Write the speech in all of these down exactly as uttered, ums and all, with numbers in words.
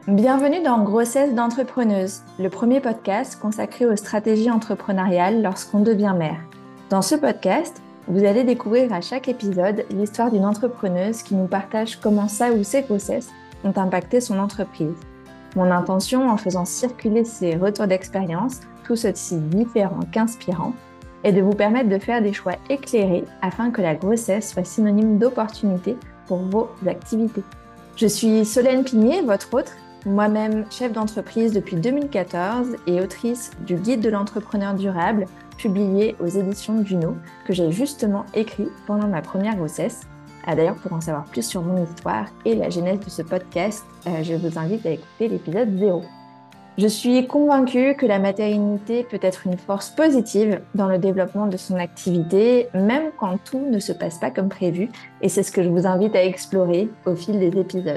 Bienvenue dans Grossesse d'entrepreneuse, le premier podcast consacré aux stratégies entrepreneuriales lorsqu'on devient mère. Dans ce podcast, vous allez découvrir à chaque épisode l'histoire d'une entrepreneuse qui nous partage comment sa ou ses grossesses ont impacté son entreprise. Mon intention en faisant circuler ces retours d'expérience, tous aussi différents qu'inspirants, est de vous permettre de faire des choix éclairés afin que la grossesse soit synonyme d'opportunité pour vos activités. Je suis Solène Pigné, votre hôte, moi-même chef d'entreprise depuis deux mille quatorze et autrice du Guide de l'entrepreneur durable, publié aux éditions Duno, que j'ai justement écrit pendant ma première grossesse. Ah, d'ailleurs, pour en savoir plus sur mon histoire et la genèse de ce podcast, euh, je vous invite à écouter l'épisode zéro. Je suis convaincue que la maternité peut être une force positive dans le développement de son activité, même quand tout ne se passe pas comme prévu, et c'est ce que je vous invite à explorer au fil des épisodes.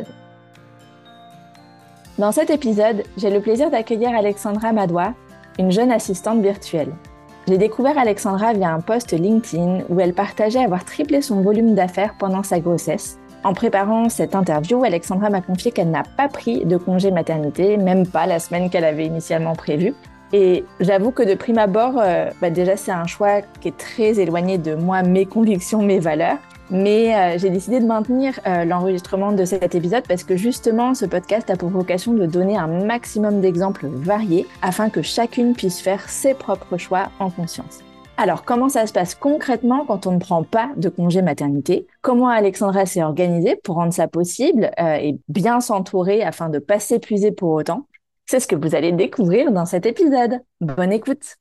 Dans cet épisode, j'ai le plaisir d'accueillir Alexandra Madois, une jeune assistante virtuelle. J'ai découvert Alexandra via un post LinkedIn où elle partageait avoir triplé son volume d'affaires pendant sa grossesse. En préparant cette interview, Alexandra m'a confié qu'elle n'a pas pris de congé maternité, même pas la semaine qu'elle avait initialement prévue. Et j'avoue que de prime abord, euh, bah déjà c'est un choix qui est très éloigné de moi, mes convictions, mes valeurs. Mais euh, j'ai décidé de maintenir euh, l'enregistrement de cet épisode parce que justement, ce podcast a pour vocation de donner un maximum d'exemples variés afin que chacune puisse faire ses propres choix en conscience. Alors, comment ça se passe concrètement quand on ne prend pas de congé maternité? Comment Alexandra s'est organisée pour rendre ça possible euh, et bien s'entourer afin de ne pas s'épuiser pour autant? C'est ce que vous allez découvrir dans cet épisode. Bonne écoute!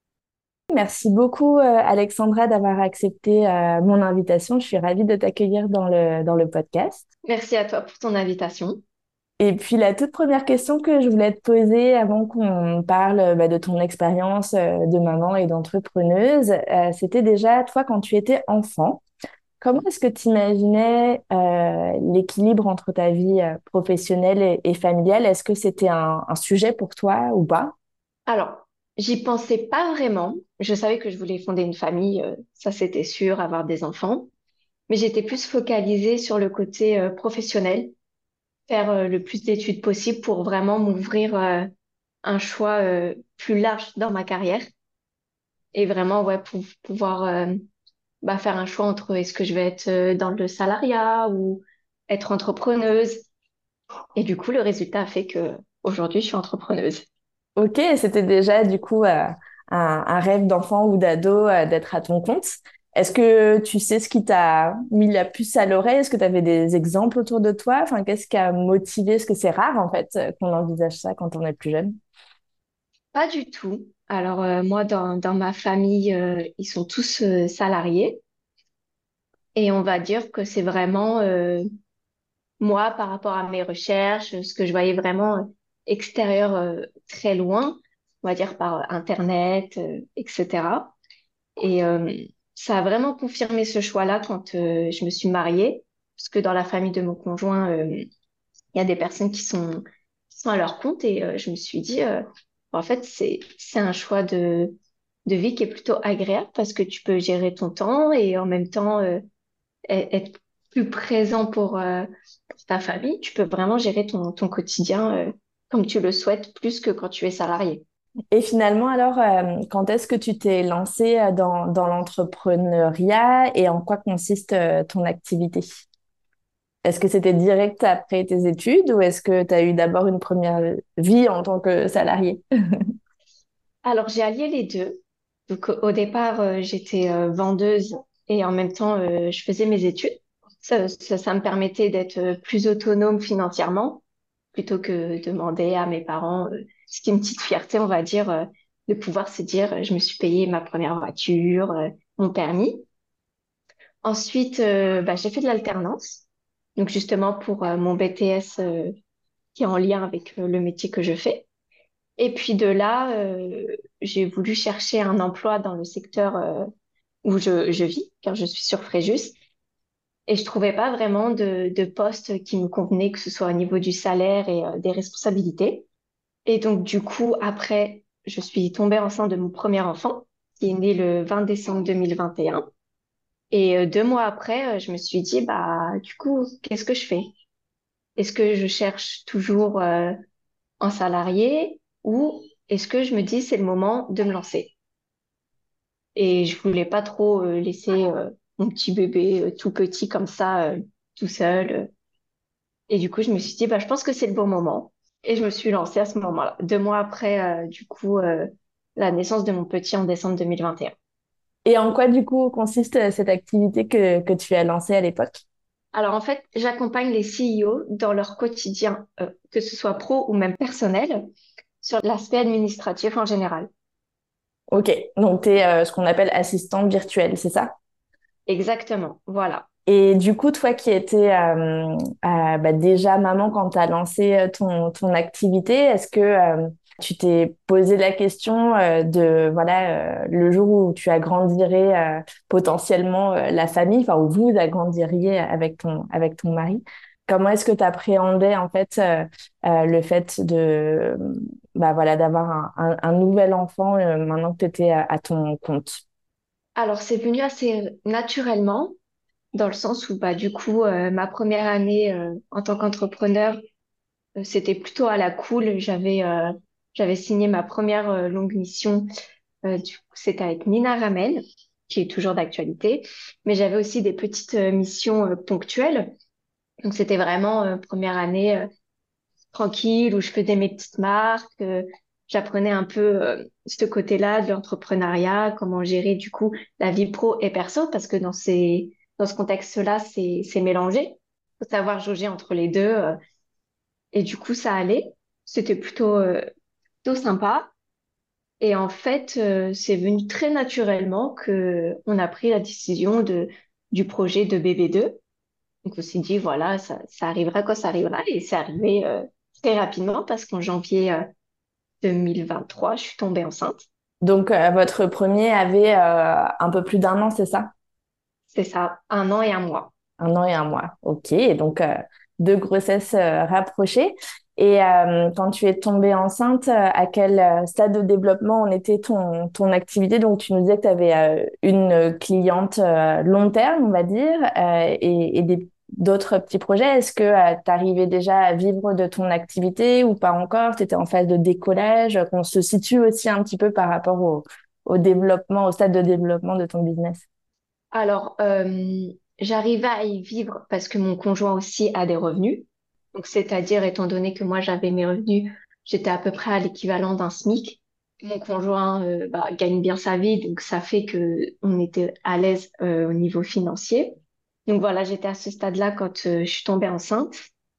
Merci beaucoup, euh, Alexandra, d'avoir accepté euh, mon invitation. Je suis ravie de t'accueillir dans le, dans le podcast. Merci à toi pour ton invitation. Et puis, la toute première question que je voulais te poser avant qu'on parle euh, bah, de ton expérience euh, de maman et d'entrepreneuse, euh, c'était déjà, toi, quand tu étais enfant, comment est-ce que tu imaginais euh, l'équilibre entre ta vie euh, professionnelle et, et familiale? Est-ce que c'était un, un sujet pour toi ou pas? Alors, j'y pensais pas vraiment. Je savais que je voulais fonder une famille, euh, ça c'était sûr, avoir des enfants. Mais j'étais plus focalisée sur le côté euh, professionnel, faire euh, le plus d'études possible pour vraiment m'ouvrir euh, un choix euh, plus large dans ma carrière et vraiment ouais pour pouvoir euh, bah, faire un choix entre est-ce que je vais être euh, dans le salariat ou être entrepreneuse. Et du coup, le résultat a fait que aujourd'hui, je suis entrepreneuse. Ok, c'était déjà du coup euh, un, un rêve d'enfant ou d'ado euh, d'être à ton compte. Est-ce que tu sais ce qui t'a mis la puce à l'oreille? Est-ce que tu avais des exemples autour de toi? Enfin, qu'est-ce qui a motivé? Est-ce que c'est rare en fait euh, qu'on envisage ça quand on est plus jeune? Pas du tout. Alors, euh, moi, dans, dans ma famille, euh, ils sont tous euh, salariés et on va dire que c'est vraiment euh, moi, par rapport à mes recherches, ce que je voyais vraiment euh, extérieur euh, très loin, on va dire par Internet, euh, et cetera. Et euh, ça a vraiment confirmé ce choix-là quand euh, je me suis mariée, parce que dans la famille de mon conjoint, euh, il y a des personnes qui sont, qui sont à leur compte et euh, je me suis dit, euh, en fait, c'est, c'est un choix de, de vie qui est plutôt agréable parce que tu peux gérer ton temps et en même temps euh, e- être plus présent pour, euh, pour ta famille. Tu peux vraiment gérer ton, ton quotidien euh, comme tu le souhaites plus que quand tu es salarié. Et finalement, alors, euh, quand est-ce que tu t'es lancée euh, dans, dans l'entrepreneuriat et en quoi consiste euh, ton activité? Est-ce que c'était direct après tes études ou est-ce que tu as eu d'abord une première vie en tant que salarié? Alors, j'ai allié les deux. Donc, au au départ, euh, j'étais euh, vendeuse et en même temps, euh, je faisais mes études. Ça, ça, ça me permettait d'être euh, plus autonome financièrement plutôt que demander à mes parents, euh, ce qui est une petite fierté, on va dire, euh, de pouvoir se dire, euh, je me suis payé ma première voiture, euh, mon permis. Ensuite, euh, bah, j'ai fait de l'alternance. Donc, justement, pour euh, mon B T S euh, qui est en lien avec euh, le métier que je fais. Et puis de là, euh, j'ai voulu chercher un emploi dans le secteur euh, où je, je vis, car je suis sur Fréjus. Et je trouvais pas vraiment de, de poste qui me convenait, que ce soit au niveau du salaire et euh, des responsabilités. Et donc, du coup, après, je suis tombée enceinte de mon premier enfant, qui est né le vingt décembre deux mille vingt et un. Et un. Et euh, deux mois après, euh, je me suis dit, bah, du coup, qu'est-ce que je fais? est-ce que je cherche toujours euh, en salarié ou est-ce que je me dis c'est le moment de me lancer? Et je voulais pas trop euh, laisser euh, mon petit bébé euh, tout petit comme ça, euh, tout seul. euh. Et du coup, je me suis dit, bah, je pense que c'est le bon moment. Et je me suis lancée à ce moment-là, deux mois après, euh, du coup, euh, la naissance de mon petit en décembre deux mille vingt et un. Et en quoi, du coup, consiste euh, cette activité que, que tu as lancée à l'époque? Alors, en fait, j'accompagne les C E O dans leur quotidien, euh, que ce soit pro ou même personnel, sur l'aspect administratif en général. Ok, donc tu es ce qu'on appelle assistante virtuelle, c'est ça? Exactement, voilà. Et du coup, toi qui étais euh, euh, bah, déjà maman quand tu as lancé euh, ton, ton activité, est-ce que euh, tu t'es posé la question euh, de, voilà, euh, le jour où tu agrandirais euh, potentiellement euh, la famille, enfin, où vous agrandiriez avec ton, avec ton mari, comment est-ce que tu appréhendais en fait euh, euh, le fait de, bah, voilà, d'avoir un, un, un nouvel enfant euh, maintenant que tu étais à, à ton compte? Alors, c'est venu assez naturellement, dans le sens où, bah, du coup, euh, ma première année euh, en tant qu'entrepreneur, euh, c'était plutôt à la cool. J'avais euh, j'avais signé ma première euh, longue mission. Euh, du coup, c'était avec Nina Ramen, qui est toujours d'actualité. Mais j'avais aussi des petites euh, missions euh, ponctuelles. Donc, c'était vraiment euh, première année euh, tranquille où je faisais mes petites marques. euh, j'apprenais un peu euh, ce côté-là de l'entrepreneuriat, comment gérer du coup la vie pro et perso, parce que dans ces, dans ce contexte-là, c'est, c'est mélangé. Faut savoir jauger entre les deux. euh, et du coup, ça allait. C'était plutôt, euh, plutôt sympa. Et en fait, euh, c'est venu très naturellement que on a pris la décision de, du projet de B B deux. Donc on s'est dit, voilà, ça, ça arrivera quand ça arrivera. Et c'est arrivé euh, très rapidement parce qu'en janvier euh, deux mille vingt-trois, je suis tombée enceinte. Donc, euh, votre premier avait euh, un peu plus d'un an, c'est ça? C'est ça, un an et un mois. Un an et un mois. Ok, et donc euh, deux grossesses euh, rapprochées. Et euh, quand tu es tombée enceinte, euh, à quel euh, stade de développement en était ton, ton activité? Donc, tu nous disais que tu avais une cliente euh, long terme, on va dire, euh, et, et des, d'autres petits projets. Est-ce que tu arrivais déjà à vivre de ton activité ou pas encore? Tu étais en phase de décollage, qu'on se situe aussi un petit peu par rapport au, au développement, au stade de développement de ton business. Alors, euh, j'arrivais à y vivre parce que mon conjoint aussi a des revenus. Donc, c'est-à-dire, étant donné que moi, j'avais mes revenus, j'étais à peu près à l'équivalent d'un SMIC. Mon conjoint, euh, bah, gagne bien sa vie, donc ça fait que on était à l'aise, euh, au niveau financier. Donc voilà, j'étais à ce stade-là quand, euh, je suis tombée enceinte.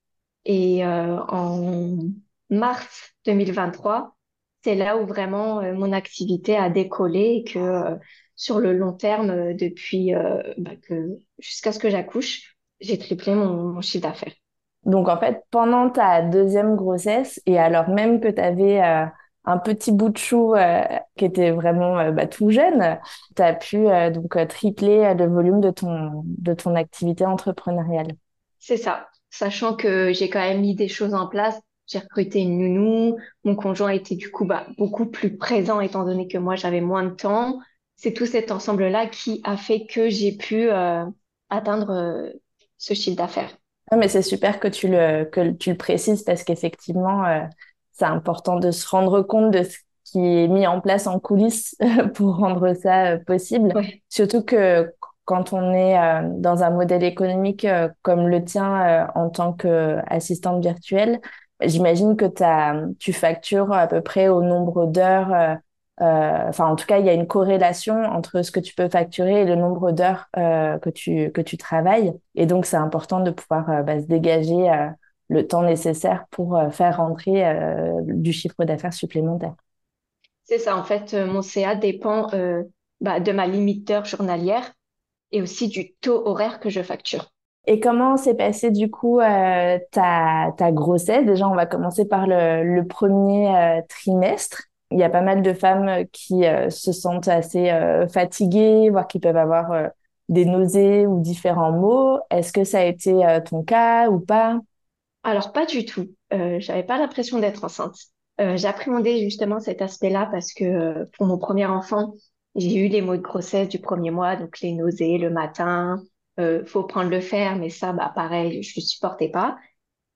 Et euh, en mars deux mille vingt-trois, c'est là où vraiment euh, mon activité a décollé et que euh, sur le long terme, euh, depuis euh, bah, que jusqu'à ce que j'accouche, j'ai triplé mon, mon chiffre d'affaires. Donc, en fait, pendant ta deuxième grossesse, et alors même que tu avais un petit bout de chou euh, qui était vraiment euh, bah, tout jeune, tu as pu euh, donc euh, tripler euh, le volume de ton, de ton activité entrepreneuriale. C'est ça, sachant que j'ai quand même mis des choses en place. J'ai recruté une nounou, mon conjoint était du coup bah, beaucoup plus présent étant donné que moi j'avais moins de temps. C'est tout cet ensemble-là qui a fait que j'ai pu euh, atteindre euh, ce chiffre d'affaires. Ah, mais c'est super que tu le, que tu le précises parce qu'effectivement, euh, c'est important de se rendre compte de ce qui est mis en place en coulisses pour rendre ça euh, possible. Ouais. Surtout que quand on est euh, dans un modèle économique euh, comme le tien euh, en tant qu'assistante virtuelle, j'imagine que t'as, tu factures à peu près au nombre d'heures. euh, euh, Enfin, en tout cas, il y a une corrélation entre ce que tu peux facturer et le nombre d'heures euh, que tu, que tu travailles. Et donc, c'est important de pouvoir euh, bah, se dégager euh, le temps nécessaire pour euh, faire rentrer euh, du chiffre d'affaires supplémentaire. C'est ça, en fait, euh, mon C A dépend euh, bah, de ma limite d'heures journalière et aussi du taux horaire que je facture. Et comment s'est passé du coup euh, ta, ta grossesse? Déjà, on va commencer par le, le premier euh, trimestre. Il y a pas mal de femmes qui euh, se sentent assez euh, fatiguées, voire qui peuvent avoir euh, des nausées ou différents maux. Est-ce que ça a été euh, ton cas ou pas? Alors, pas du tout. Euh, j'avais pas l'impression d'être enceinte. Euh, j'appréhendais justement cet aspect-là parce que euh, pour mon premier enfant, j'ai eu les maux de grossesse du premier mois, donc les nausées le matin. Euh, faut prendre le fer, mais ça, bah pareil, je ne supportais pas.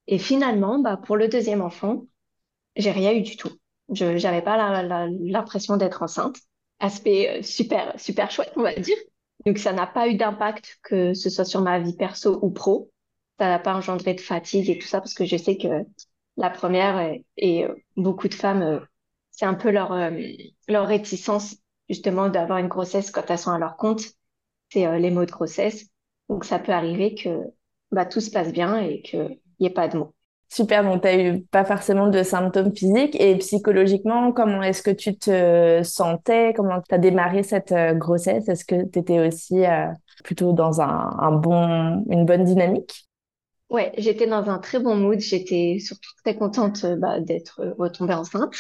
Et finalement, bah, pour le deuxième enfant, j'ai rien eu du tout. Je n'avais pas la- la- l'impression d'être enceinte. Aspect euh, super, super chouette, on va dire. Donc, ça n'a pas eu d'impact, que ce soit sur ma vie perso ou pro. Ça n'a pas engendré de fatigue et tout ça, parce que je sais que la première et, et, euh, beaucoup de femmes, euh, c'est un peu leur, euh, leur réticence, justement, d'avoir une grossesse quand elles sont à leur compte. C'est euh, les maux de grossesse. Donc, ça peut arriver que bah, tout se passe bien et qu'il n'y ait pas de maux. Super, donc tu n'as eu pas forcément de symptômes physiques et psychologiquement, comment est-ce que tu te sentais? Comment tu as démarré cette euh, grossesse? Est-ce que tu étais aussi euh, plutôt dans un, un bon, une bonne dynamique? Ouais, j'étais dans un très bon mood. J'étais surtout très contente euh, bah, d'être euh, retombée enceinte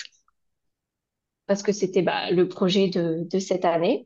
parce que c'était bah, le projet de, de cette année.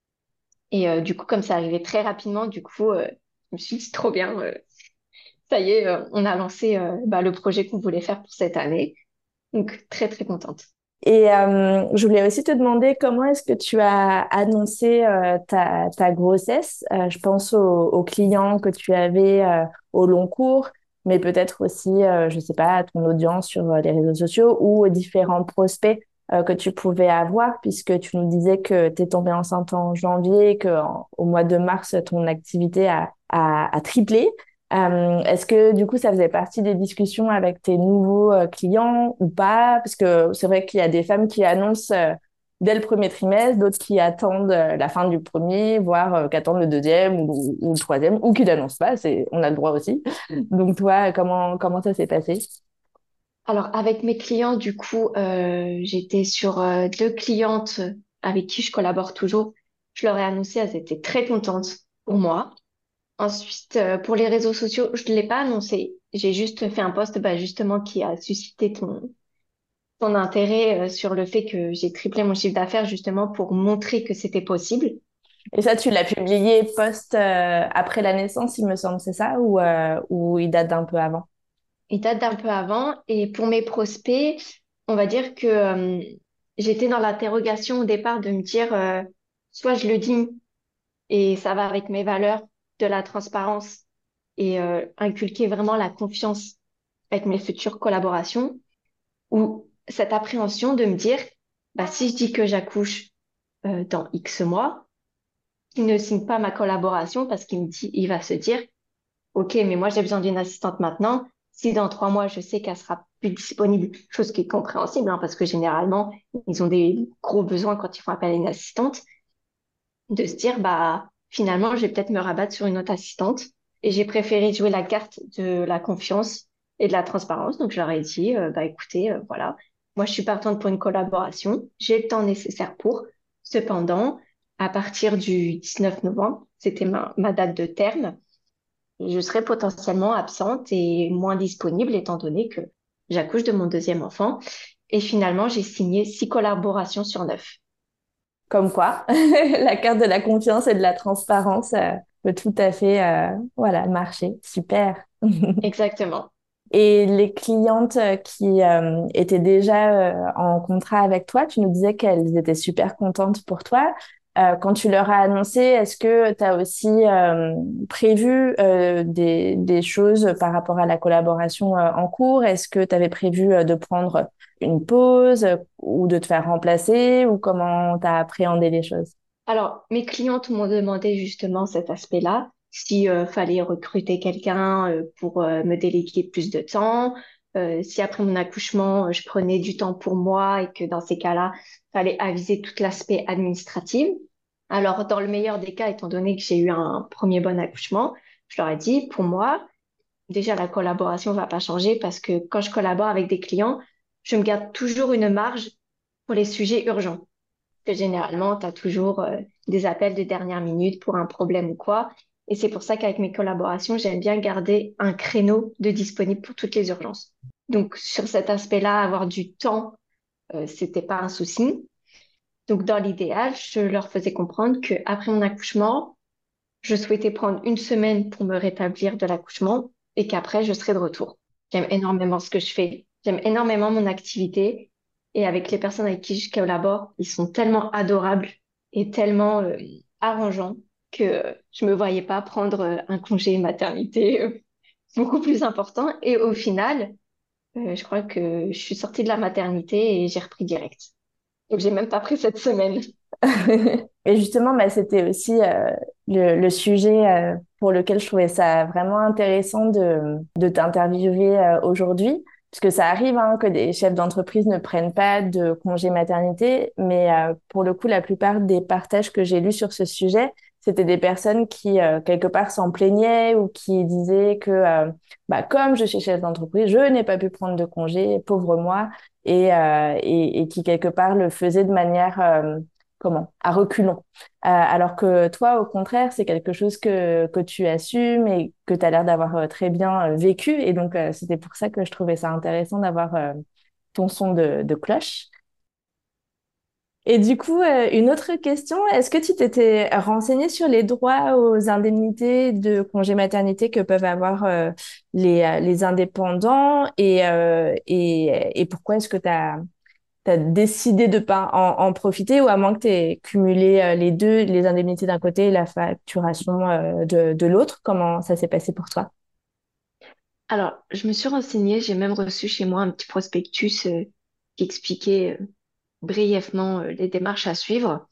Et euh, du coup, comme ça arrivait très rapidement, du coup, euh, je me suis dit trop bien. Euh, ça y est, euh, on a lancé euh, bah, le projet qu'on voulait faire pour cette année. Donc, très, très contente. Et euh, je voulais aussi te demander comment est-ce que tu as annoncé euh, ta, ta grossesse. Euh, je pense aux, aux clients que tu avais euh, au long cours, mais peut-être aussi, euh, je sais pas, à ton audience sur euh, les réseaux sociaux ou aux différents prospects euh, que tu pouvais avoir, puisque tu nous disais que tu es tombée enceinte en janvier et que en- au mois de mars, ton activité a, a, a triplé. Euh, est-ce que du coup ça faisait partie des discussions avec tes nouveaux euh, clients ou pas? Parce que c'est vrai qu'il y a des femmes qui annoncent euh, dès le premier trimestre, d'autres qui attendent euh, la fin du premier, voire euh, qui attendent le deuxième ou, ou le troisième, ou qui n'annoncent pas, c'est, on a le droit aussi. Donc toi, comment, comment ça s'est passé? Alors, avec mes clients, du coup, euh, j'étais sur euh, deux clientes avec qui je collabore toujours. Je leur ai annoncé, elles étaient très contentes pour moi. Ensuite, euh, pour les réseaux sociaux, je ne l'ai pas annoncé. J'ai juste fait un post bah, justement qui a suscité ton, ton intérêt euh, sur le fait que j'ai triplé mon chiffre d'affaires justement pour montrer que c'était possible. Et ça, tu l'as publié post euh, après la naissance, il me semble, c'est ça? Ou, euh, ou il date d'un peu avant? Il date d'un peu avant. Et pour mes prospects, on va dire que euh, j'étais dans l'interrogation au départ de me dire euh, soit je le dis et ça va avec mes valeurs de la transparence et euh, inculquer vraiment la confiance avec mes futures collaborations, ou cette appréhension de me dire, bah, si je dis que j'accouche euh, dans X mois, il ne signe pas ma collaboration parce qu'il me dit, il va se dire, OK, mais moi j'ai besoin d'une assistante maintenant. Si dans trois mois je sais qu'elle sera plus disponible, chose qui est compréhensible, hein, parce que généralement ils ont des gros besoins quand ils font appel à une assistante, de se dire, bah finalement je vais peut-être me rabattre sur une autre assistante. Et j'ai préféré jouer la carte de la confiance et de la transparence. Donc je leur ai dit, euh, bah écoutez, euh, voilà, moi je suis partante pour une collaboration, j'ai le temps nécessaire pour. Cependant, à partir du dix-neuf novembre, c'était ma, ma date de terme, je serai potentiellement absente et moins disponible étant donné que j'accouche de mon deuxième enfant. Et finalement, j'ai signé six collaborations sur neuf. Comme quoi, la carte de la confiance et de la transparence euh, peut tout à fait, euh, voilà, marcher. Super. Exactement. Et les clientes euh, qui euh, étaient déjà euh, en contrat avec toi, tu nous disais qu'elles étaient super contentes pour toi. Euh, quand tu leur as annoncé, est-ce que tu as aussi euh, prévu euh, des, des choses par rapport à la collaboration euh, en cours? Est-ce que tu avais prévu euh, de prendre une pause euh, ou de te faire remplacer ou comment tu as appréhendé les choses? Alors, mes clientes m'ont demandé justement cet aspect-là, si euh, fallait recruter quelqu'un euh, pour euh, me déléguer plus de temps, euh, si après mon accouchement, euh, je prenais du temps pour moi et que dans ces cas-là, fallait aviser tout l'aspect administratif. Alors, dans le meilleur des cas, étant donné que j'ai eu un premier bon accouchement, je leur ai dit, pour moi, déjà, la collaboration va pas changer parce que quand je collabore avec des clients, je me garde toujours une marge pour les sujets urgents. Parce que généralement, tu as toujours euh, des appels de dernière minute pour un problème ou quoi. Et c'est pour ça qu'avec mes collaborations, j'aime bien garder un créneau de disponible pour toutes les urgences. Donc, sur cet aspect-là, avoir du temps, euh, c'était pas un souci. Donc, dans l'idéal, je leur faisais comprendre qu'après mon accouchement, je souhaitais prendre une semaine pour me rétablir de l'accouchement et qu'après, je serai de retour. J'aime énormément ce que je fais. J'aime énormément mon activité. Et avec les personnes avec qui je collabore, ils sont tellement adorables et tellement euh, arrangeants que je me voyais pas prendre euh, un congé maternité euh, beaucoup plus important. Et au final, euh, je crois que je suis sortie de la maternité et j'ai repris direct. Donc, j'ai même pas pris cette semaine. Et justement, bah, c'était aussi euh, le, le sujet euh, pour lequel je trouvais ça vraiment intéressant de, de t'interviewer euh, aujourd'hui, puisque ça arrive hein, que des chefs d'entreprise ne prennent pas de congé maternité, mais euh, pour le coup, la plupart des partages que j'ai lus sur ce sujet, c'était des personnes qui, euh, quelque part, s'en plaignaient ou qui disaient que, euh, bah, comme je suis chef d'entreprise, je n'ai pas pu prendre de congé, pauvre moi, et, euh, et, et qui, quelque part, le faisaient de manière... euh, comment, à reculons. Euh, alors que toi, au contraire, c'est quelque chose que, que tu assumes et que tu as l'air d'avoir euh, très bien euh, vécu. Et donc, euh, c'était pour ça que je trouvais ça intéressant d'avoir euh, ton son de, de cloche. Et du coup, euh, une autre question, est-ce que tu t'étais renseigné sur les droits aux indemnités de congé maternité que peuvent avoir euh, les, euh, les indépendants et, euh, et, et pourquoi est-ce que tu as t'as décidé de pas en, en profiter ou à moins que tu aies cumulé euh, les deux, les indemnités d'un côté et la facturation euh, de, de l'autre? Comment ça s'est passé pour toi? Alors, je me suis renseignée, j'ai même reçu chez moi un petit prospectus euh, qui expliquait euh, brièvement euh, les démarches à suivre.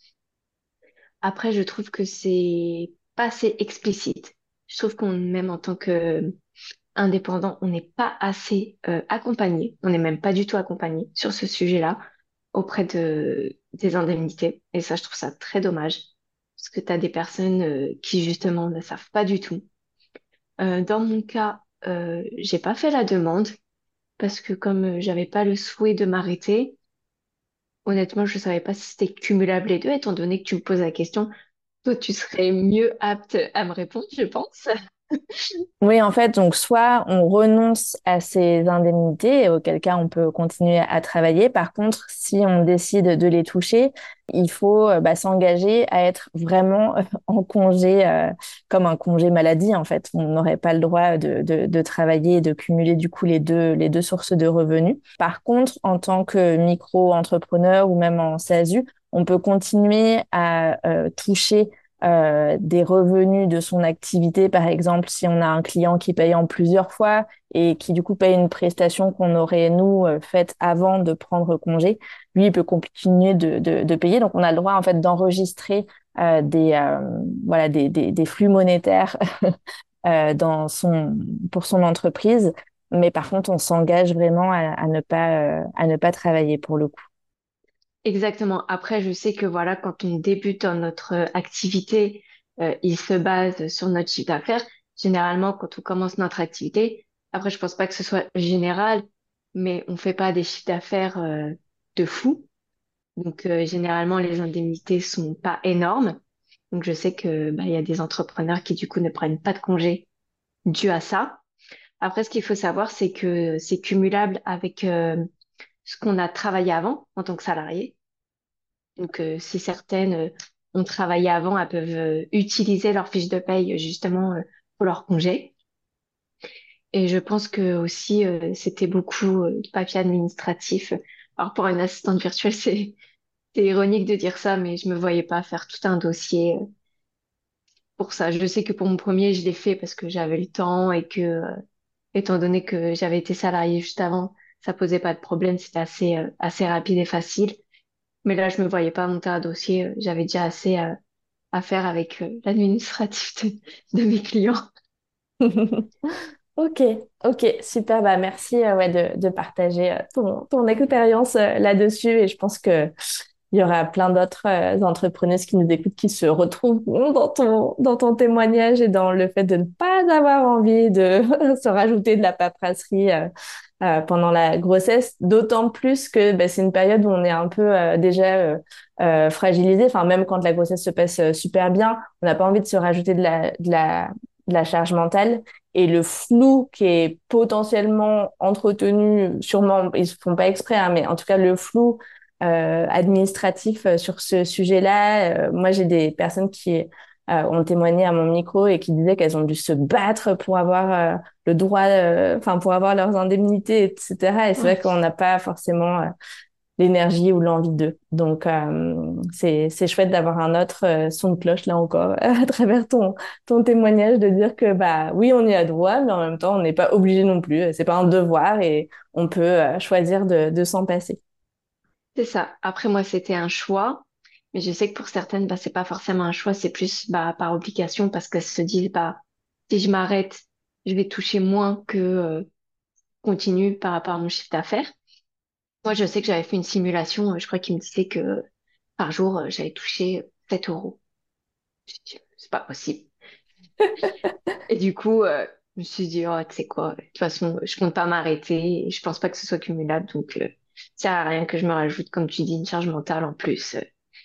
Après, je trouve que c'est pas assez explicite. Je trouve qu'on, même en tant qu'indépendant, on n'est pas assez euh, accompagné. On n'est même pas du tout accompagné sur ce sujet-là auprès de, des indemnités. Et ça, je trouve ça très dommage. Parce que tu as des personnes euh, qui, justement, ne savent pas du tout. Euh, dans mon cas, euh, j'ai pas fait la demande parce que comme euh, j'avais pas le souhait de m'arrêter, honnêtement, je savais pas si c'était cumulable les deux, étant donné que tu me poses la question. Toi, tu serais mieux apte à me répondre, je pense. Oui, en fait, donc soit on renonce à ces indemnités, et auquel cas on peut continuer à travailler. Par contre, si on décide de les toucher, il faut euh, bah, s'engager à être vraiment euh, en congé, euh, comme un congé maladie, en fait. On n'aurait pas le droit de, de, de travailler et de cumuler du coup les deux, les deux sources de revenus. Par contre, en tant que micro-entrepreneur ou même en S A S U, on peut continuer à euh, toucher euh, des revenus de son activité, par exemple, si on a un client qui paye en plusieurs fois et qui du coup paye une prestation qu'on aurait nous euh, faite avant de prendre congé, lui il peut continuer de, de, de payer. Donc on a le droit en fait d'enregistrer euh, des euh, voilà des, des, des flux monétaires euh, dans son pour son entreprise, mais par contre on s'engage vraiment à, à ne pas euh, à ne pas travailler pour le coup. Exactement. Après, je sais que voilà, quand on débute dans notre euh, activité, euh, il se base sur notre chiffre d'affaires. Généralement, quand on commence notre activité, après, je pense pas que ce soit général, mais on fait pas des chiffres d'affaires euh, de fou. Donc, euh, généralement, les indemnités sont pas énormes. Donc, je sais que bah, il y a des entrepreneurs qui du coup ne prennent pas de congé dû à ça. Après, ce qu'il faut savoir, c'est que c'est cumulable avec euh, ce qu'on a travaillé avant en tant que salarié. Donc, euh, si certaines euh, ont travaillé avant, elles peuvent euh, utiliser leur fiche de paye euh, justement euh, pour leur congé. Et je pense que aussi, euh, c'était beaucoup euh, de papier administratif. Alors, pour une assistante virtuelle, c'est c'est ironique de dire ça, mais je me voyais pas faire tout un dossier euh, pour ça. Je sais que pour mon premier, je l'ai fait parce que j'avais le temps et que, euh, étant donné que j'avais été salariée juste avant, ça posait pas de problème. C'était assez, euh, assez rapide et facile. Mais là, je me voyais pas monter un dossier. euh, J'avais déjà assez, euh, à faire avec euh, l'administratif de, de mes clients. Ok, ok, super. Bah merci euh, ouais, de, de partager euh, ton, ton expérience euh, là-dessus. Et je pense que il y aura plein d'autres euh, entrepreneuses qui nous écoutent qui se retrouveront dans ton, dans ton témoignage et dans le fait de ne pas avoir envie de se rajouter de la paperasserie euh, euh, pendant la grossesse. D'autant plus que bah, c'est une période où on est un peu euh, déjà euh, euh, fragilisé. Enfin, même quand la grossesse se passe euh, super bien, on n'a pas envie de se rajouter de la, de la, de la charge mentale. Et le flou qui est potentiellement entretenu, sûrement, ils ne font pas exprès, hein, mais en tout cas, le flou euh, administratif euh, sur ce sujet-là. Euh, moi, j'ai des personnes qui euh, ont témoigné à mon micro et qui disaient qu'elles ont dû se battre pour avoir euh, le droit, euh, enfin, pour avoir leurs indemnités, et cetera. Et c'est vrai Ouais. qu'on n'a pas forcément euh, l'énergie ou l'envie d'eux. Donc, euh, c'est, c'est chouette d'avoir un autre euh, son de cloche, là encore, à travers ton, ton témoignage, de dire que, bah, oui, on y a droit, mais en même temps, on n'est pas obligé non plus. C'est pas un devoir et on peut euh, choisir de, de s'en passer. C'est ça. Après, moi, c'était un choix, mais je sais que pour certaines, bah, c'est pas forcément un choix, c'est plus bah, par obligation parce qu'elles se disent, bah, si je m'arrête, je vais toucher moins que euh, continue par rapport à mon chiffre d'affaires. Moi, je sais que j'avais fait une simulation, euh, je crois qu'il me disait que par jour, euh, j'allais toucher sept euros. J'ai dit, c'est pas possible. Et du coup, euh, je me suis dit, oh, tu sais quoi, de toute façon, je compte pas m'arrêter et je pense pas que ce soit cumulable, donc euh, ça sert à rien que je me rajoute, comme tu dis, une charge mentale en plus. euh,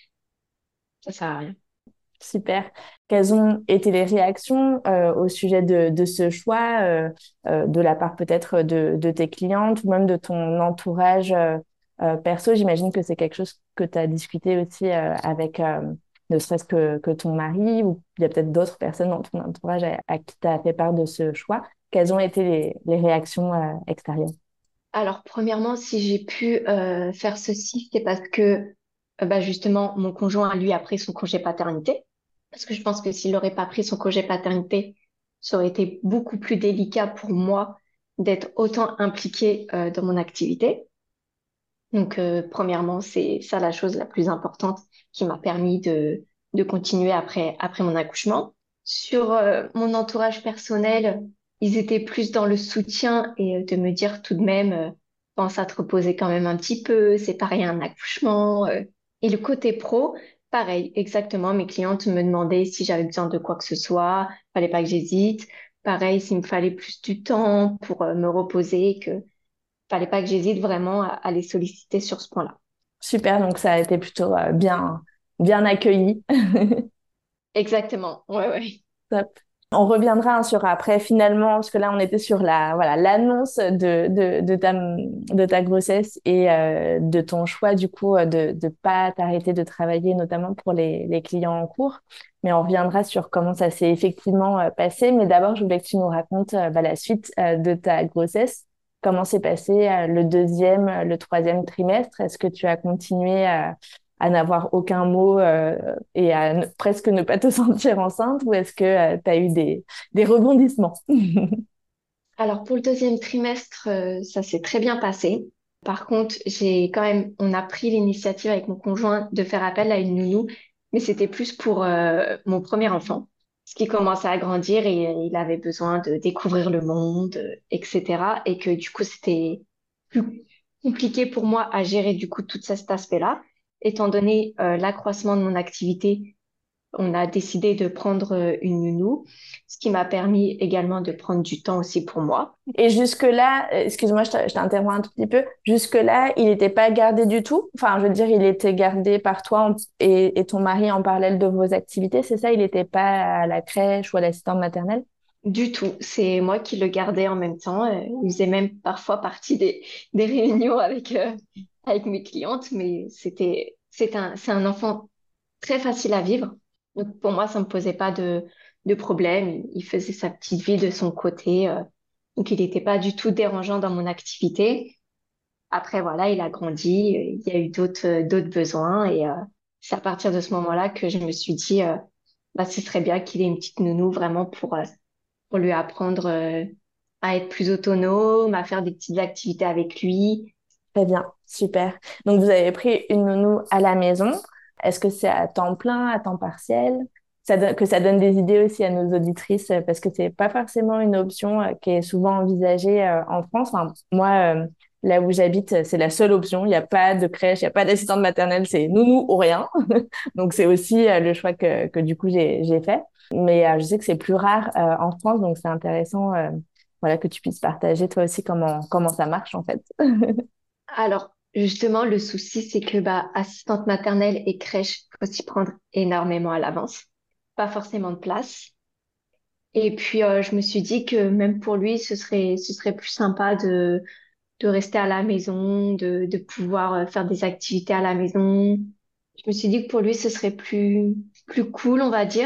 ça sert à rien. Super. Quelles ont été les réactions euh, au sujet de, de ce choix, euh, euh, de la part peut-être de, de tes clientes ou même de ton entourage euh, euh, perso? J'imagine que c'est quelque chose que tu as discuté aussi euh, avec euh, ne serait-ce que, que ton mari, ou il y a peut-être d'autres personnes dans ton entourage à, à qui tu as fait part de ce choix. Quelles ont été les, les réactions euh, extérieures? Alors, premièrement, si j'ai pu euh, faire ceci, c'est parce que euh, bah, justement, mon conjoint, lui, a pris son congé paternité. Parce que je pense que s'il n'aurait pas pris son congé paternité, ça aurait été beaucoup plus délicat pour moi d'être autant impliquée euh, dans mon activité. Donc, euh, premièrement, c'est ça la chose la plus importante qui m'a permis de, de continuer après, après mon accouchement. Sur euh, mon entourage personnel, ils étaient plus dans le soutien et euh, de me dire tout de même, euh, pense à te reposer quand même un petit peu, c'est pas rien un accouchement. euh. Et le côté pro, pareil, exactement. Mes clientes me demandaient si j'avais besoin de quoi que ce soit, fallait pas que j'hésite. Pareil, s'il me fallait plus du temps pour euh, me reposer, que fallait pas que j'hésite vraiment à, à les solliciter sur ce point-là. Super, donc ça a été plutôt euh, bien, bien accueilli. Exactement. Ouais, ouais. Top. On reviendra hein, sur après finalement, parce que là on était sur la voilà l'annonce de, de, de ta de ta grossesse et euh, de ton choix du coup euh, de de pas t'arrêter de travailler notamment pour les les clients en cours. Mais on reviendra sur comment ça s'est effectivement euh, passé. Mais d'abord, je voulais que tu nous racontes euh, bah, la suite euh, de ta grossesse. Comment s'est passé euh, le deuxième, euh, le troisième trimestre? Est-ce que tu as continué à à n'avoir aucun mot euh, et à ne- presque ne pas te sentir enceinte, ou est-ce que tu as eu des, des rebondissements? Alors pour le deuxième trimestre, euh, ça s'est très bien passé. Par contre, j'ai quand même, on a pris l'initiative avec mon conjoint de faire appel à une nounou, mais c'était plus pour euh, mon premier enfant, ce qui commençait à grandir et euh, il avait besoin de découvrir le monde, euh, et cetera. Et que du coup, c'était plus compliqué pour moi à gérer du coup tout cet aspect-là, étant donné euh, l'accroissement de mon activité. On a décidé de prendre euh, une nounou, ce qui m'a permis également de prendre du temps aussi pour moi. Et jusque-là, euh, excuse-moi, je t'a- je t'interromps un tout petit peu. Jusque-là, il n'était pas gardé du tout. Enfin, je veux dire, il était gardé par toi en- et, et ton mari en parallèle de vos activités, c'est ça? Il n'était pas à la crèche ou à l'assistante maternelle? Du tout, c'est moi qui le gardais en même temps. Euh, il faisait même parfois partie des, des réunions avec, euh, avec mes clientes, mais c'était, c'est un, c'est un enfant très facile à vivre. Donc pour moi, ça ne me posait pas de, de problème. Il faisait sa petite vie de son côté. euh, donc il n'était pas du tout dérangeant dans mon activité. Après, voilà, il a grandi, euh, il y a eu d'autres euh, d'autres besoins et euh, c'est à partir de ce moment-là que je me suis dit, euh, bah, ce serait bien qu'il ait une petite nounou vraiment pour, euh, pour lui apprendre euh, à être plus autonome, à faire des petites activités avec lui. Très bien, super. Donc, vous avez pris une nounou à la maison. Est-ce que c'est à temps plein, à temps partiel? Ça donne- que ça donne des idées aussi à nos auditrices, euh, parce que c'est pas forcément une option euh, qui est souvent envisagée euh, en France. Enfin, moi, euh, là où j'habite, euh, c'est la seule option. Il n'y a pas de crèche, il n'y a pas d'assistante maternelle, c'est nounou ou rien. Donc, c'est aussi euh, le choix que, que du coup j'ai j'ai fait. Mais euh, je sais que c'est plus rare euh, en France, donc c'est intéressant, euh, voilà, que tu puisses partager toi aussi comment comment ça marche en fait. Alors, justement, le souci, c'est que bah, assistante maternelle et crèche, faut s'y prendre énormément à l'avance. Pas forcément de place. Et puis, euh, je me suis dit que même pour lui, ce serait, ce serait plus sympa de, de rester à la maison, de, de pouvoir euh, faire des activités à la maison. Je me suis dit que pour lui, ce serait plus, plus cool, on va dire.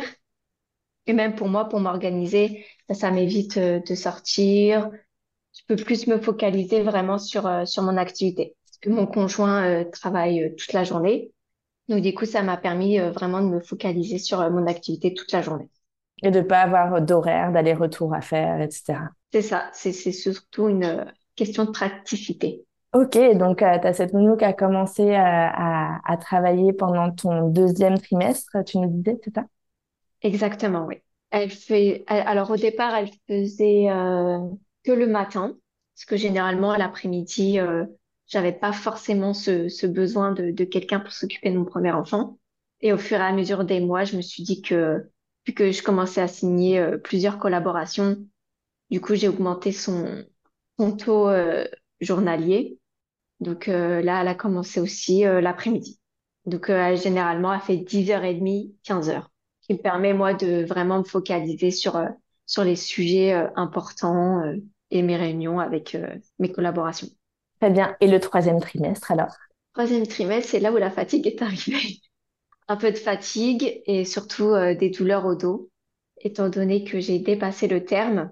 Et même pour moi, pour m'organiser, ça, ça m'évite euh, de sortir. Je peux plus me focaliser vraiment sur, euh, sur mon activité. Mon conjoint euh, travaille euh, toute la journée. Donc, du coup, ça m'a permis euh, vraiment de me focaliser sur euh, mon activité toute la journée. Et de pas avoir d'horaire, d'aller-retour à faire, et cetera. C'est ça, c'est c'est surtout une euh, question de praticité. Ok, donc tu as cette nounou qui a commencé euh, à, à travailler pendant ton deuxième trimestre, tu nous disais, c'est ça? Exactement, oui. Elle fait, elle- alors au départ, elle faisait euh, que le matin, parce que généralement, à l'après-midi, euh, j'avais pas forcément ce, ce besoin de, de quelqu'un pour s'occuper de mon premier enfant. Et au fur et à mesure des mois, je me suis dit que, vu que je commençais à signer euh, plusieurs collaborations, du coup, j'ai augmenté son, son taux euh, journalier. Donc euh, là, elle a commencé aussi euh, l'après-midi. Donc euh, elle, généralement, elle fait dix heures trente, quinze heures, qui me permet, moi, de vraiment me focaliser sur, euh, sur les sujets euh, importants euh, et mes réunions avec euh, mes collaborations. Très bien. Et le troisième trimestre, alors? Troisième trimestre, c'est là où la fatigue est arrivée. Un peu de fatigue et surtout euh, des douleurs au dos, étant donné que j'ai dépassé le terme.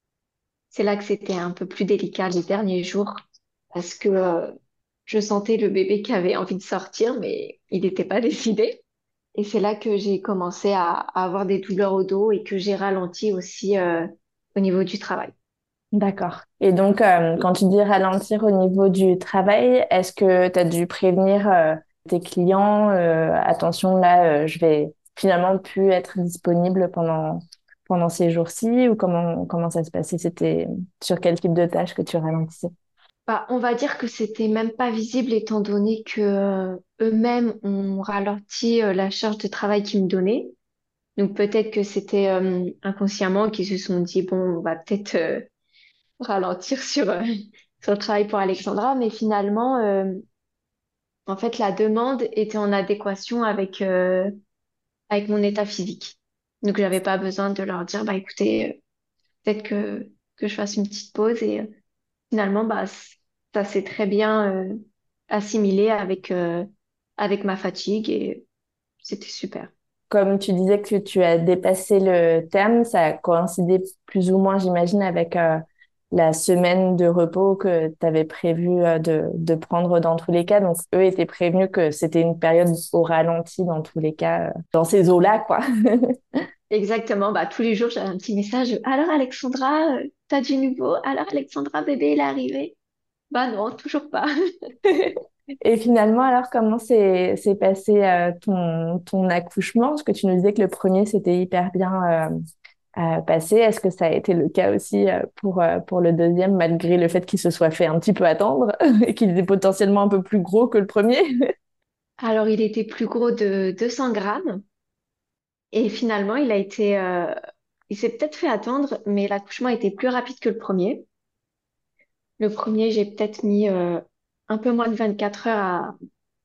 C'est là que c'était un peu plus délicat les derniers jours parce que euh, je sentais le bébé qui avait envie de sortir, mais il n'était pas décidé. Et c'est là que j'ai commencé à, à avoir des douleurs au dos et que j'ai ralenti aussi euh, au niveau du travail. D'accord. Et donc, euh, quand tu dis ralentir au niveau du travail, est-ce que tu as dû prévenir euh, tes clients, euh, attention, là, euh, je vais finalement plus être disponible pendant, pendant ces jours-ci, ou comment, comment ça se passait? C'était sur quel type de tâches que tu ralentissais? Bah, on va dire que c'était même pas visible étant donné que euh, eux-mêmes ont ralenti euh, la charge de travail qu'ils me donnaient. Donc peut-être que c'était euh, inconsciemment qu'ils se sont dit, bon, on va peut-être euh, ralentir sur, euh, sur le travail pour Alexandra, mais finalement, euh, en fait, la demande était en adéquation avec, euh, avec mon état physique. Donc, j'avais pas besoin de leur dire, bah écoutez, euh, peut-être que, que je fasse une petite pause et euh, finalement, bah, c- ça s'est très bien euh, assimilé avec, euh, avec ma fatigue et c'était super. Comme tu disais que tu as dépassé le terme, ça a coïncidé plus ou moins, j'imagine, avec euh, la semaine de repos que tu avais prévu euh, de, de prendre dans tous les cas. Donc, eux étaient prévenus que c'était une période au ralenti dans tous les cas, euh, dans ces eaux-là, quoi. Exactement, bah, tous les jours, j'avais un petit message. Alors, Alexandra, euh, t'as du nouveau? Alors, Alexandra, bébé, il est arrivé? Bah non, toujours pas. Et finalement, alors, comment s'est s'est passé euh, ton, ton accouchement? Parce que tu nous disais que le premier, c'était hyper bien euh, euh, passé. Est-ce que ça a été le cas aussi euh, pour, euh, pour le deuxième, malgré le fait qu'il se soit fait un petit peu attendre et qu'il était potentiellement un peu plus gros que le premier? Alors, il était plus gros de deux cents grammes et finalement, il a été, euh, il s'est peut-être fait attendre, mais l'accouchement était plus rapide que le premier. Le premier, j'ai peut-être mis euh, un peu moins de vingt-quatre heures à,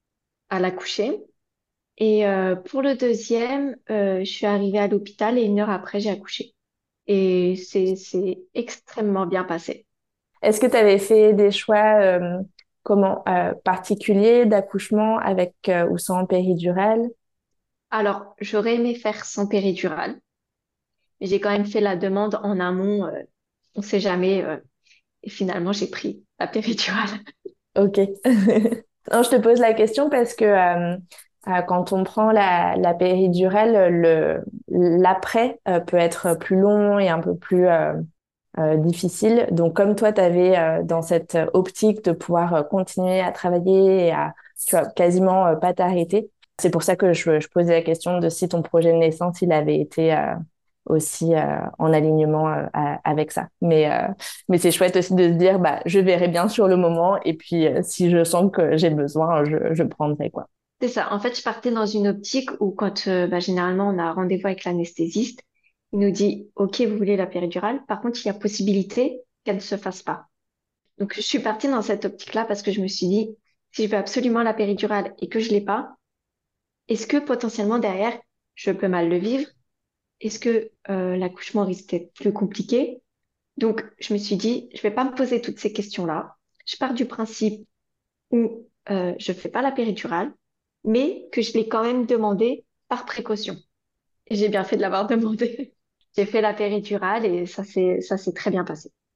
à l'accoucher. Et euh, pour le deuxième, euh, je suis arrivée à l'hôpital et une heure après, j'ai accouché. Et c'est, c'est extrêmement bien passé. Est-ce que tu avais fait des choix euh, comment euh, particuliers d'accouchement avec euh, ou sans péridurale? Alors, j'aurais aimé faire sans péridurale, mais j'ai quand même fait la demande en amont. Euh, on sait jamais. Euh, et finalement, j'ai pris la péridurale. Ok. Non, je te pose la question parce que euh, euh, quand on prend la, la péridurale, le l'après euh, peut être plus long et un peu plus euh, euh, difficile. Donc, comme toi, tu avais dans cette optique de pouvoir euh, continuer à travailler et à, tu vois, quasiment euh, pas t'arrêter. C'est pour ça que je, je posais la question de si ton projet de naissance, il avait été euh, aussi euh, en alignement euh, à- avec ça. Mais, euh, mais c'est chouette aussi de se dire, bah, je verrai bien sur le moment et puis euh, si je sens que j'ai besoin, je, je prendrai, quoi. C'est ça. En fait, je partais dans une optique où quand euh, bah, généralement on a rendez-vous avec l'anesthésiste, il nous dit, OK, vous voulez la péridurale. Par contre, il y a possibilité qu'elle ne se fasse pas. Donc, je suis partie dans cette optique-là parce que je me suis dit, si je veux absolument la péridurale et que je l'ai pas, est-ce que potentiellement derrière, je peux mal le vivre? Est-ce que euh, l'accouchement risque d'être plus compliqué? Donc, je me suis dit, je vais pas me poser toutes ces questions-là. Je pars du principe où euh, je fais pas la péridurale, mais que je l'ai quand même demandé par précaution. Et j'ai bien fait de l'avoir demandé. J'ai fait la péridurale et ça s'est ça s'est très bien passé.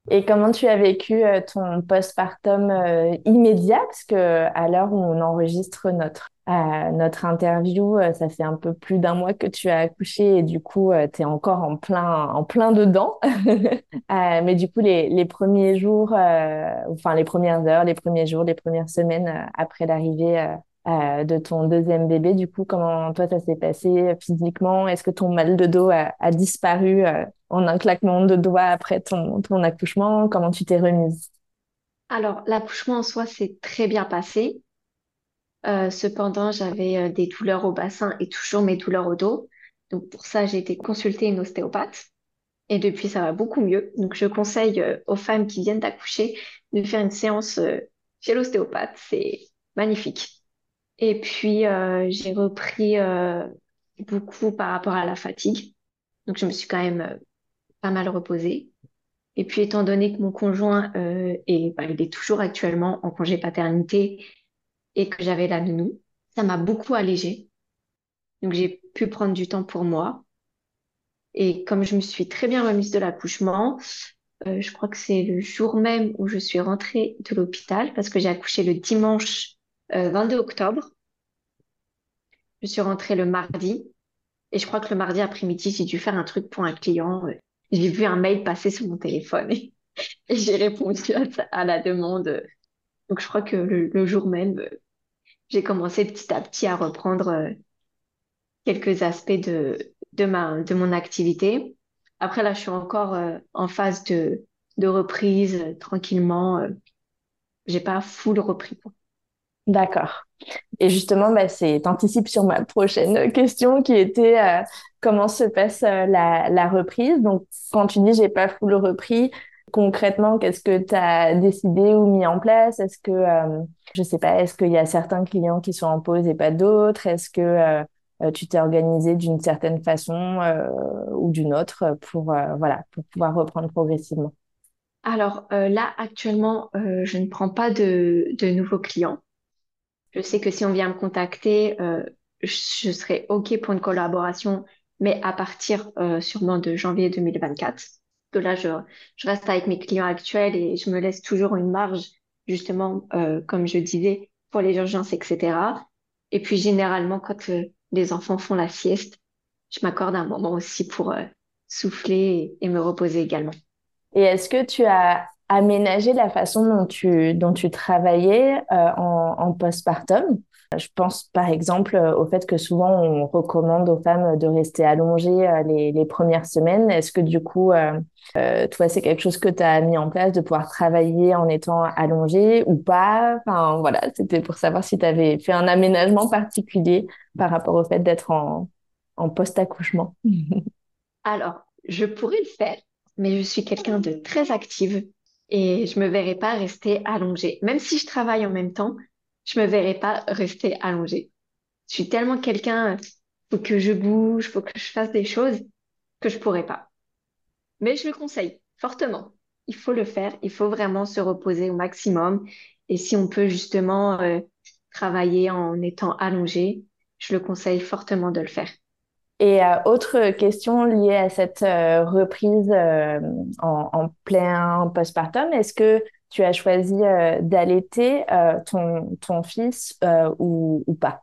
Et comment tu as vécu euh, ton postpartum euh, immédiat? Parce que à l'heure où on enregistre notre, euh, notre interview, euh, ça fait un peu plus d'un mois que tu as accouché et du coup, tu es encore en plein, en plein dedans. Euh, mais du coup, les, les premiers jours, euh, enfin les premières heures, les premiers jours, les premières semaines euh, après l'arrivée euh, euh, de ton deuxième bébé, du coup, comment toi, ça s'est passé euh, physiquement? Est-ce que ton mal de dos a, a disparu euh, en un claquement de doigts après ton, ton accouchement? Comment tu t'es remise? Alors, l'accouchement en soi s'est très bien passé. Euh, cependant, j'avais euh, des douleurs au bassin et toujours mes douleurs au dos. Donc, pour ça, j'ai été consulter une ostéopathe. Et depuis, ça va beaucoup mieux. Donc, je conseille euh, aux femmes qui viennent d'accoucher de faire une séance euh, chez l'ostéopathe. C'est magnifique. Et puis, euh, j'ai repris euh, beaucoup par rapport à la fatigue. Donc, je me suis quand même euh, pas mal reposée. Et puis, étant donné que mon conjoint euh, est, bah, il est toujours actuellement en congé paternité et que j'avais la nounou, ça m'a beaucoup allégée. Donc, j'ai pu prendre du temps pour moi. Et comme je me suis très bien remise de l'accouchement, euh, je crois que c'est le jour même où je suis rentrée de l'hôpital parce que j'ai accouché le dimanche euh, vingt-deux octobre. Je suis rentrée le mardi et je crois que le mardi après-midi, j'ai dû faire un truc pour un client. Euh, J'ai vu un mail passer sur mon téléphone et, et j'ai répondu à, sa- à la demande. Donc, je crois que le, le jour même, euh, j'ai commencé petit à petit à reprendre euh, quelques aspects de, de ma, de mon activité. Après, là, je suis encore euh, en phase de, de reprise, euh, tranquillement. Euh, j'ai pas full repris, quoi. D'accord. Et justement, bah, c'est, t'anticipes sur ma prochaine question qui était euh, comment se passe euh, la, la reprise. Donc, quand tu dis j'ai pas full repris, concrètement, qu'est-ce que tu as décidé ou mis en place? Est-ce que, euh, je sais pas, est-ce qu'il y a certains clients qui sont en pause et pas d'autres? Est-ce que euh, euh, tu t'es organisé d'une certaine façon euh, ou d'une autre pour, euh, voilà, pour pouvoir reprendre progressivement? Alors euh, là, actuellement, euh, je ne prends pas de, de nouveaux clients. Je sais que si on vient me contacter, euh, je, je serai OK pour une collaboration, mais à partir euh, sûrement de janvier deux mille vingt-quatre. Que là, je, je reste avec mes clients actuels et je me laisse toujours une marge, justement, euh, comme je disais, pour les urgences, et cetera. Et puis généralement, quand euh, les enfants font la sieste, je m'accorde un moment aussi pour euh, souffler et, et me reposer également. Et est-ce que tu as aménagé la façon dont tu, dont tu travaillais euh, en, en postpartum? Je pense par exemple euh, au fait que souvent on recommande aux femmes de rester allongées euh, les, les premières semaines. Est-ce que du coup, euh, euh, toi, c'est quelque chose que tu as mis en place de pouvoir travailler en étant allongée ou pas? Enfin, voilà, c'était pour savoir si tu avais fait un aménagement particulier par rapport au fait d'être en, en post-accouchement. Alors, je pourrais le faire, mais je suis quelqu'un de très active et je me verrai pas rester allongée. Même si je travaille en même temps, je me verrai pas rester allongée. Je suis tellement quelqu'un, faut que je bouge, faut que je fasse des choses que je pourrais pas. Mais je le conseille fortement. Il faut le faire, il faut vraiment se reposer au maximum. Et si on peut justement euh, travailler en étant allongé, je le conseille fortement de le faire. Et euh, autre question liée à cette euh, reprise euh, en, en plein postpartum, est-ce que tu as choisi euh, d'allaiter euh, ton, ton fils euh, ou, ou pas?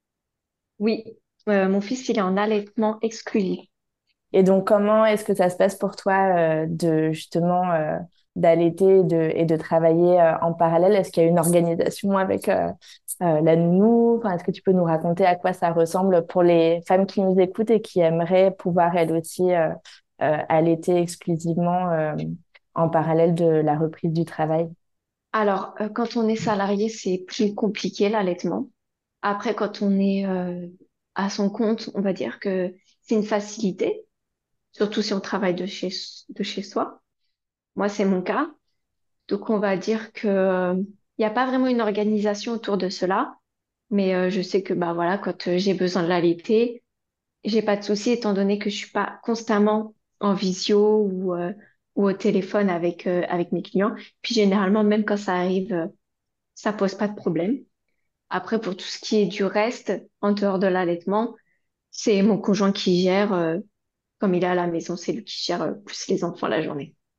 Oui, euh, mon fils, il est en allaitement exclusif. Et donc, comment est-ce que ça se passe pour toi euh, de justement euh, d'allaiter et de, et de travailler euh, en parallèle? Est-ce qu'il y a une organisation avec euh, euh, la nounou? Enfin, est-ce que tu peux nous raconter à quoi ça ressemble pour les femmes qui nous écoutent et qui aimeraient pouvoir elles aussi euh, euh, allaiter exclusivement euh, en parallèle de la reprise du travail? Alors, euh, quand on est salarié, c'est plus compliqué l'allaitement. Après, quand on est euh, à son compte, on va dire que c'est une facilité, surtout si on travaille de chez, de chez soi. Moi, c'est mon cas. Donc, on va dire que, euh, il n'y a pas vraiment une organisation autour de cela. Mais euh, je sais que bah voilà, quand euh, j'ai besoin de l'allaiter, j'ai pas de souci étant donné que je suis pas constamment en visio ou, euh, ou au téléphone avec, euh, avec mes clients. Puis généralement, même quand ça arrive, euh, ça pose pas de problème. Après, pour tout ce qui est du reste, en dehors de l'allaitement, c'est mon conjoint qui gère, euh, comme il est à la maison, c'est lui qui gère euh, plus les enfants la journée.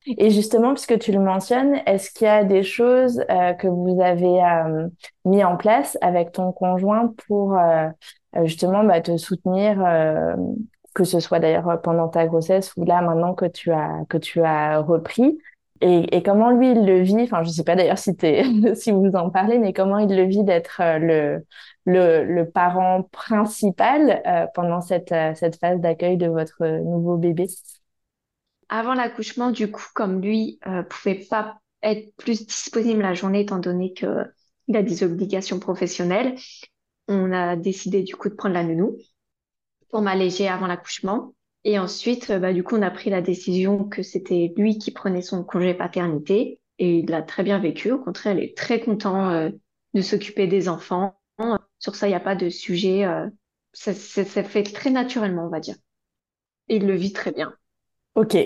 Et justement, puisque tu le mentionnes, est-ce qu'il y a des choses euh, que vous avez euh, mis en place avec ton conjoint pour euh, euh, justement bah, te soutenir, euh, que ce soit d'ailleurs pendant ta grossesse ou là maintenant que tu as que tu as repris? Et, et comment lui il le vit? Enfin, je sais pas d'ailleurs si t'es, si vous en parlez, mais comment il le vit d'être euh, le, le le parent principal euh, pendant cette euh, cette phase d'accueil de votre nouveau bébé? Avant l'accouchement, du coup, comme lui euh, pouvait pas être plus disponible la journée étant donné que il a des obligations professionnelles, on a décidé du coup de prendre la nounou pour m'alléger avant l'accouchement. Et ensuite, euh, bah, du coup, on a pris la décision que c'était lui qui prenait son congé paternité et il l'a très bien vécu. Au contraire, il est très content euh, de s'occuper des enfants. Sur ça, il n'y a pas de sujet. euh, ça, ça, ça fait très naturellement, on va dire. Et il le vit très bien. Ok.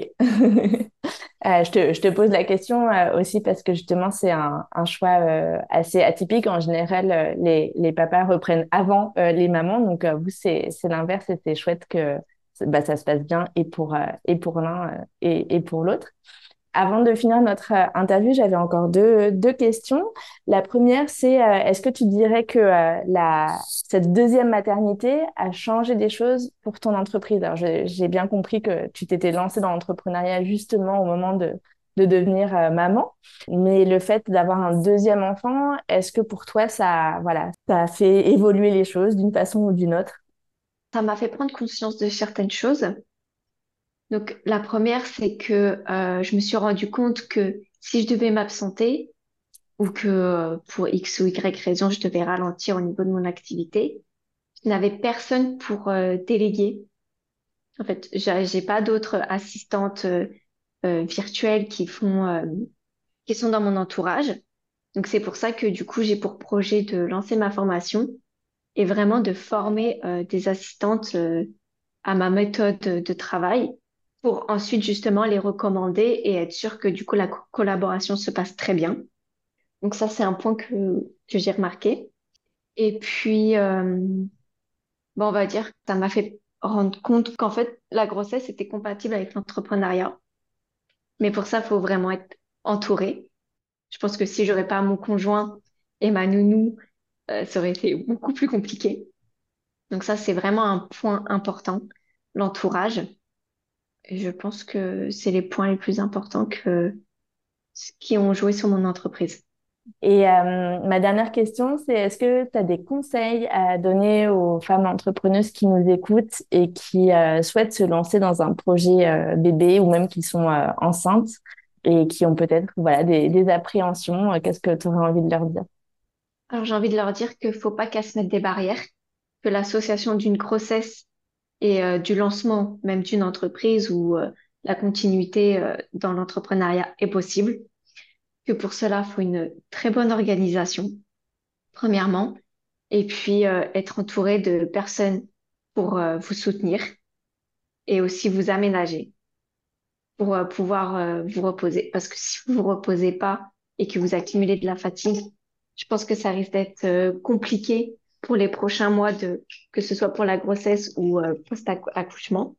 Euh, je te, je te pose la question euh, aussi parce que justement, c'est un, un choix euh, assez atypique. En général, euh, les, les papas reprennent avant euh, les mamans. Donc, euh, vous, c'est, c'est l'inverse et c'est chouette que bah, ça se passe bien et pour, euh, et pour l'un euh, et, et pour l'autre. Avant de finir notre euh, interview, j'avais encore deux, deux questions. La première, c'est euh, est-ce que tu dirais que euh, la, cette deuxième maternité a changé des choses pour ton entreprise? Alors, j'ai j'ai bien compris que tu t'étais lancée dans l'entrepreneuriat justement au moment de, de devenir euh, maman. Mais le fait d'avoir un deuxième enfant, est-ce que pour toi, ça, voilà, ça a fait évoluer les choses d'une façon ou d'une autre? Ça m'a fait prendre conscience de certaines choses. Donc, la première, c'est que euh, je me suis rendu compte que si je devais m'absenter ou que euh, pour X ou Y raison, je devais ralentir au niveau de mon activité, je n'avais personne pour euh, déléguer. En fait, j'ai j'ai pas d'autres assistantes euh, euh, virtuelles qui font, euh, qui sont dans mon entourage. Donc, c'est pour ça que du coup, j'ai pour projet de lancer ma formation et vraiment de former euh, des assistantes euh, à ma méthode de travail pour ensuite justement les recommander et être sûr que du coup la co- collaboration se passe très bien. Donc ça, c'est un point que, que j'ai remarqué. Et puis, euh, bon, on va dire que ça m'a fait rendre compte qu'en fait, la grossesse était compatible avec l'entrepreneuriat. Mais pour ça, il faut vraiment être entouré. Je pense que si j'aurais pas mon conjoint et ma nounou, euh, ça aurait été beaucoup plus compliqué. Donc ça, c'est vraiment un point important, l'entourage. Et je pense que c'est les points les plus importants que, qui ont joué sur mon entreprise. Et euh, ma dernière question, c'est est-ce que tu as des conseils à donner aux femmes entrepreneuses qui nous écoutent et qui euh, souhaitent se lancer dans un projet euh, bébé ou même qui sont euh, enceintes et qui ont peut-être voilà, des, des appréhensions? euh, Qu'est-ce que tu aurais envie de leur dire? Alors j'ai envie de leur dire qu'il faut pas qu'elles se mettent des barrières, que l'association d'une grossesse et euh, du lancement même d'une entreprise ou euh, la continuité euh, dans l'entrepreneuriat est possible, que pour cela, il faut une très bonne organisation, premièrement, et puis euh, être entouré de personnes pour euh, vous soutenir et aussi vous aménager pour euh, pouvoir euh, vous reposer. Parce que si vous vous reposez pas et que vous accumulez de la fatigue, je pense que ça risque d'être euh, compliqué pour les prochains mois de, que ce soit pour la grossesse ou euh, post-accouchement.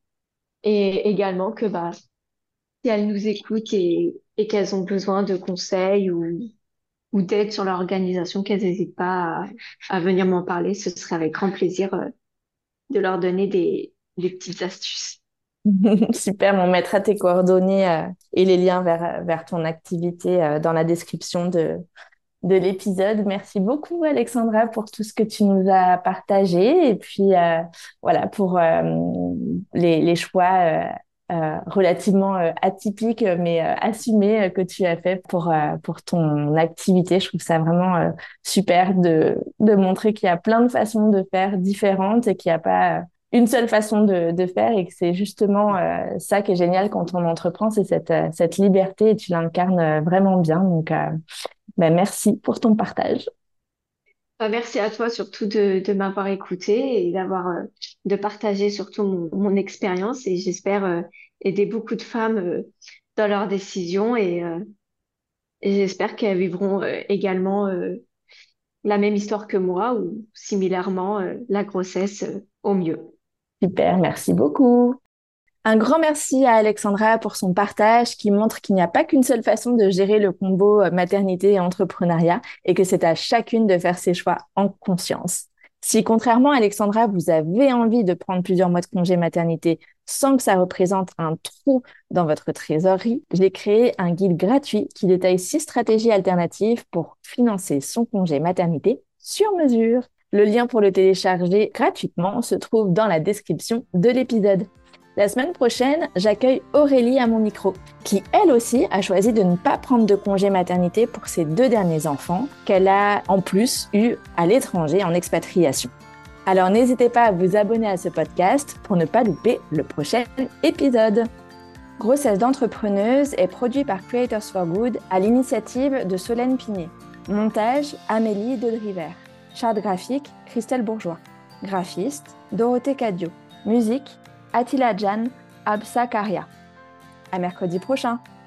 Et également que bah, si elles nous écoutent et, et qu'elles ont besoin de conseils ou, ou d'aide sur l'organisation, qu'elles n'hésitent pas à, à venir m'en parler. Ce serait avec grand plaisir euh, de leur donner des, des petites astuces. Super, on mettra tes coordonnées euh, et les liens vers, vers ton activité euh, dans la description de, de l'épisode. Merci beaucoup, Alexandra, pour tout ce que tu nous as partagé et puis euh, voilà pour euh, les, les choix euh, euh, relativement euh, atypiques mais euh, assumés euh, que tu as fait pour, euh, pour ton activité. Je trouve ça vraiment euh, super de, de montrer qu'il y a plein de façons de faire différentes et qu'il n'y a pas euh, une seule façon de, de faire et que c'est justement euh, ça qui est génial quand on entreprend, c'est cette, euh, cette liberté et tu l'incarnes euh, vraiment bien. Donc, euh, ben, merci pour ton partage. Bah, merci à toi surtout de, de m'avoir écouté et d'avoir euh, de partager surtout mon, mon expérience et j'espère euh, aider beaucoup de femmes euh, dans leurs décisions et, euh, et j'espère qu'elles vivront euh, également euh, la même histoire que moi ou similairement euh, la grossesse euh, au mieux. Super, merci beaucoup. Un grand merci à Alexandra pour son partage qui montre qu'il n'y a pas qu'une seule façon de gérer le combo euh, maternité et entrepreneuriat et que c'est à chacune de faire ses choix en conscience. Si contrairement à Alexandra, vous avez envie de prendre plusieurs mois de congé maternité sans que ça représente un trou dans votre trésorerie, j'ai créé un guide gratuit qui détaille six stratégies alternatives pour financer son congé maternité sur mesure. Le lien pour le télécharger gratuitement se trouve dans la description de l'épisode. La semaine prochaine, j'accueille Aurélie à mon micro, qui elle aussi a choisi de ne pas prendre de congé maternité pour ses deux derniers enfants, qu'elle a en plus eu à l'étranger en expatriation. Alors n'hésitez pas à vous abonner à ce podcast pour ne pas louper le prochain épisode. Grossesse d'entrepreneuse est produit par Creators for Good à l'initiative de Solène Pigné. Montage, Amélie Dedriver. Charte graphique, Christelle Bourgeois. Graphiste, Dorothée Cadio. Musique, Attila Jan, Absa Karia. À mercredi prochain.